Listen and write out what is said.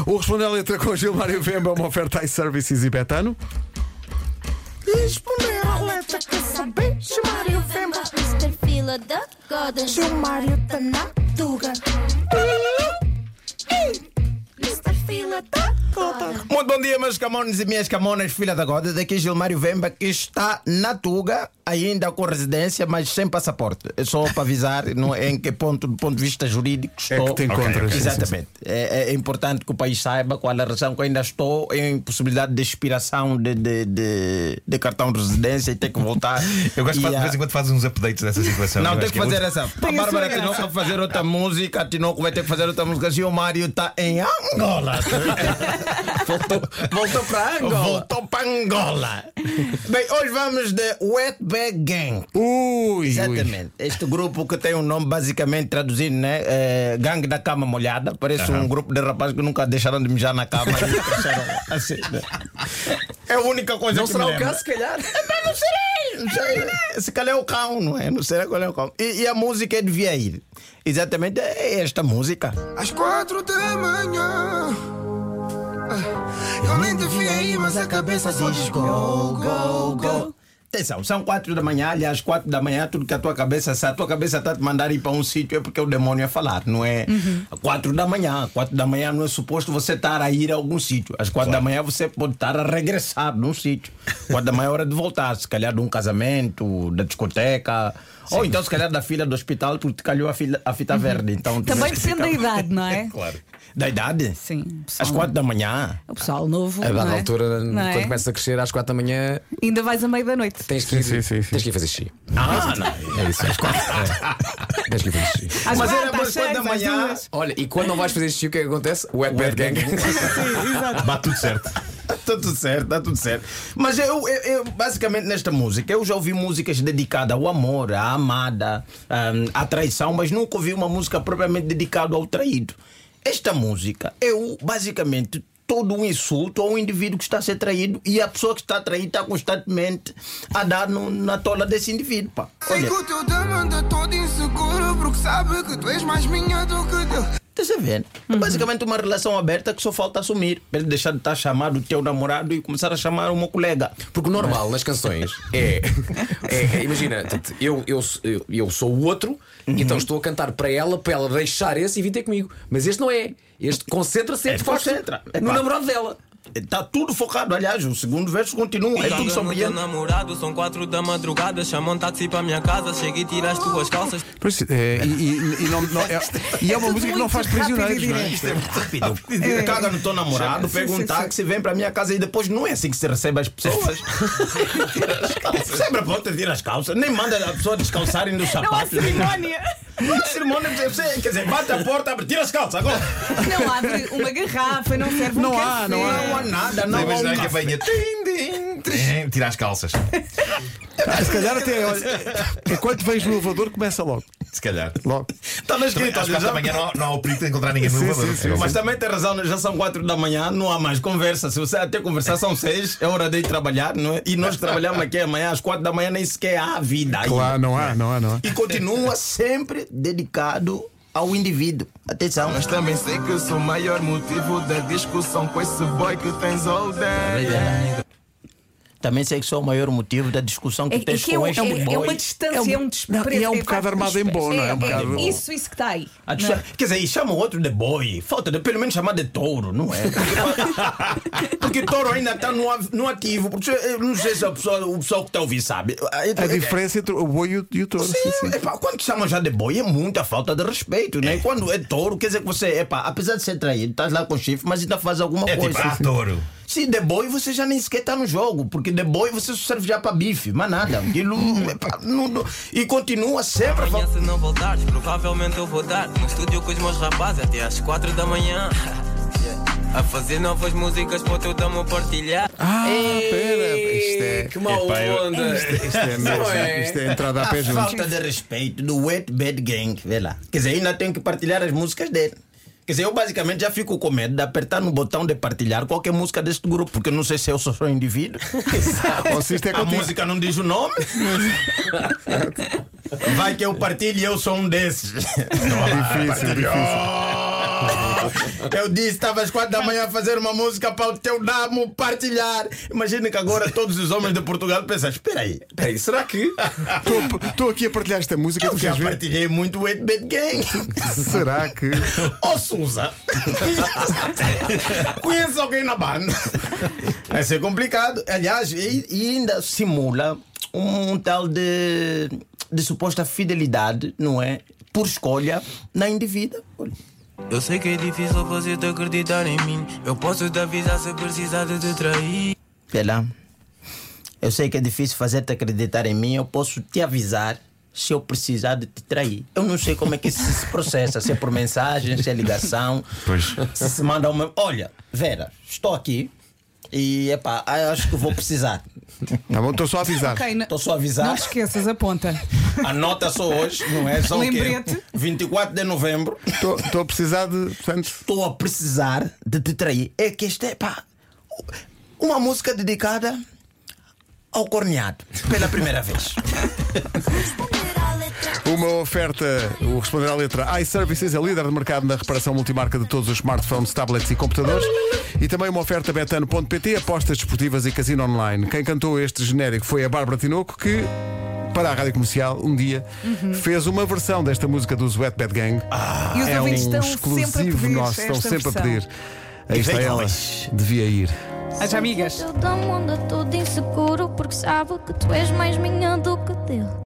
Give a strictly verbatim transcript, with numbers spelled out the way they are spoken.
O Responder à Letra com Gilmário Vemba é uma oferta iServices e Betano. Responder à letra quer saber. Gilmário Vemba, mister Fila da Goda. Gilmário tá na tuga. mister Fila da Goda. Muito bom dia, meus camones e minhas camonas, filha da Goda. Daqui Gilmário Vemba, que está na tuga, ainda com residência, mas sem passaporte. É só para avisar não é em que ponto, do ponto de vista jurídico estou. É que te encontras. Okay, exatamente. É, é importante que o país saiba qual a razão que eu ainda estou em possibilidade de expiração de, de, de, de cartão de residência e ter que voltar. Eu gosto de a... de vez em quando fazes uns updates dessa situação. Não, eu tem que, que fazer é essa. A Bárbara Tinoco vai fazer outra música, a Tinoco vai ter que fazer outra música. Gilmário está em Angola. Voltou, voltou para Angola. Voltou para Angola. Bem, hoje vamos de Wet Bag Gang. Ui, Exatamente. Ui. Este grupo que tem um nome basicamente traduzido, né? É, gangue da cama molhada. Parece uhum. um grupo de rapazes que nunca deixaram de mijar na cama e cresceram assim, né? É a única coisa não que será me o lembra. caso, se calhar. Não serei, não sei. Se calhar é o cão, não é? Não sei qual é o cão. E, e a música devia ir. Exatamente é esta música. Às quatro da manhã. Eu nem devia ir, mas a cabeça diz go, go, go. Atenção, são quatro da manhã, aliás, quatro da manhã, tudo que a tua cabeça, se a tua cabeça está a te mandar ir para um sítio é porque o demônio a falar, não é? Uhum. Quatro da manhã, quatro da manhã não é suposto você estar a ir a algum sítio. Às quatro claro. da manhã você pode estar a regressar num sítio. Quatro da manhã é hora de voltar, se calhar de um casamento, da discoteca. Sim. Ou então se calhar da fila do hospital porque te calhou a, fila, a fita uhum. verde. Então, também depende da idade, não é? Claro. Da idade? Sim. Às quatro da manhã. O pessoal novo. A dada é? altura, não quando é? começa a crescer às quatro da manhã, ainda vais à meia da noite. Tens que ir, sim, sim, sim. Tens que ir fazer xixi. Ah, não. É isso, às quatro. É. Tens que ir fazer xixi. Às Mas quatro, era às quatro da manhã. Olha, e quando não vais fazer xixi, o que é que acontece? O Wet Bad Gang. Bate tudo certo. Está tudo certo, está tudo certo. Mas eu, eu, eu, basicamente, nesta música, eu já ouvi músicas dedicadas ao amor, à amada, um, à traição, mas nunca ouvi uma música propriamente dedicada ao traído. Esta música é o, basicamente todo um insulto ao indivíduo que está a ser traído e a pessoa que está a trair está constantemente a dar no, na tola desse indivíduo. Pá. Sei que o teu dama anda todo inseguro porque sabe que tu és mais minha do que teu. Estás a ver? É basicamente uma relação aberta que só falta assumir. Para ele deixar de estar a chamar o teu namorado e começar a chamar o meu colega. Porque o normal nas canções é, é, é imagina, eu, eu, eu, eu sou o outro, uhum. então estou a cantar para ela, para ela deixar esse e vir ter comigo. Mas este não é. Este concentra-se é, concentra. no namorado dela. Está tudo focado, aliás, o segundo verso continua. É tudo sobre ele. Namorado, são quatro da madrugada, chama um táxi para a minha casa, chega e tira as tuas calças. Pois, é, e, e, e, não, não, é, e é uma música que não faz prisioneiros, não é? Isto é muito rápido. É. Caga no teu namorado, pega um táxi, vem para a minha casa e depois não é assim que se recebe as pessoas. Sempre pode tirar as calças, nem manda a pessoa descalçarem dos sapatos. Não há cerimónia. Não há cerimónia, quer dizer, bate a porta, abre, tira as calças agora. Não abre uma garrafa, não serve um não café. há, não há, não há nada, não há um que venha tira as calças. Se calhar até, olha, enquanto vens no elevador, começa logo. Se calhar. Logo. Está na escrita, às quatro da manhã não, não há o perigo de encontrar ninguém no sim, elevador. sim, sim, mas sim. também tem razão, já são quatro da manhã, não há mais conversa. Se você até conversar são seis, é hora de ir trabalhar, não é? E nós que trabalhamos aqui amanhã às quatro da manhã nem sequer há vida. Claro, não há, não há, não há. E continua sempre dedicado ao indivíduo. Atenção. Mas também sei que sou o maior motivo da discussão com esse boy que tens all day. Também sei que sou o maior motivo da discussão que é, tens é, com é, este é, boy. é uma distância, é um desprezo. E é um bocado armado em bom, não é? É um bocado... Isso, isso que está aí. É? Quer dizer, e chama o outro de boy. Falta de pelo menos chamar de touro, não é? Porque, porque touro ainda está no, no ativo. Porque eu não sei se a pessoa, o pessoal que está a ouvir sabe. A diferença entre o boi e o touro. Sim, sim, sim. Epá, quando chama já de boi é muita falta de respeito, né? Quando é touro, quer dizer que você, epá, apesar de ser traído, estás lá com chifre, mas ainda faz alguma é coisa. Tipo, ah, touro. Se de boi você já nem sequer está no jogo, porque de boi você só serve já para bife, mas nada. Aquilo, epá, não, não, e continua sempre a falar. Se não voltares, provavelmente eu vou dar no estúdio com os meus rapazes até às quatro da manhã. A fazer novas músicas para o teu damo partilhar. Ah, pera, isto é. Que má onda! Isto, isto é mesmo, é. Isto é entrada a pé juntos. Falta de respeito do Wet Bad Gang, vê lá. Quer dizer, ainda tenho que partilhar as músicas dele. Quer dizer, eu basicamente já fico com medo de apertar no botão de partilhar qualquer música deste grupo, porque eu não sei se eu sou só indivíduo. Ou se isto é a música não diz o nome. Vai que eu partilho e eu sou um desses. Difícil, difícil. Eu disse, estava às quatro da manhã a fazer uma música para o teu damo partilhar. Imagina que agora todos os homens de Portugal pensam: espera aí, Peraí, será que? Estou aqui a partilhar esta música. eu Tu já queres ver? partilhei muito o oito bit Gang. Será que. Oh, Suza! Conhece alguém na banda? Vai ser complicado. Aliás, e, e ainda simula um, um tal de, de suposta fidelidade, não é? Por escolha na indivídua. Eu sei que é difícil fazer-te acreditar em mim. Eu posso te avisar se precisar de te trair. Pela, eu sei que é difícil fazer-te acreditar em mim. Eu posso te avisar se eu precisar de te trair. Eu não sei como é que isso se processa. Se é por mensagem, se é ligação. Pois. Se se manda uma... Olha, Vera, estou aqui e epá, acho que vou precisar. Tá bom, estou só a avisar. Ok, n- Estou só a avisar. não te esqueças, aponta. Anota só hoje, não é? Só o quê? Lembrete. vinte e quatro de novembro. Estou a precisar de. Portanto, Estou a precisar de te trair. É que esta é pá, uma música dedicada ao corneado pela primeira vez. uma oferta, o Responder à Letra iServices, a líder de mercado na reparação multimarca de todos os smartphones, tablets e computadores. E também uma oferta betano ponto pt, apostas desportivas e casino online. Quem cantou este genérico foi a Bárbara Tinoco, que, para a Rádio Comercial, um dia fez uma versão desta música dos Wet Bad Gang. E os é um ouvintes estão sempre a exclusivo pedir nosso, estão esta sempre versão. a pedir. Aí está vem ela, homens. devia ir. As amigas. Eu dou mundo todo inseguro porque sabe que tu és mais minha do que dele.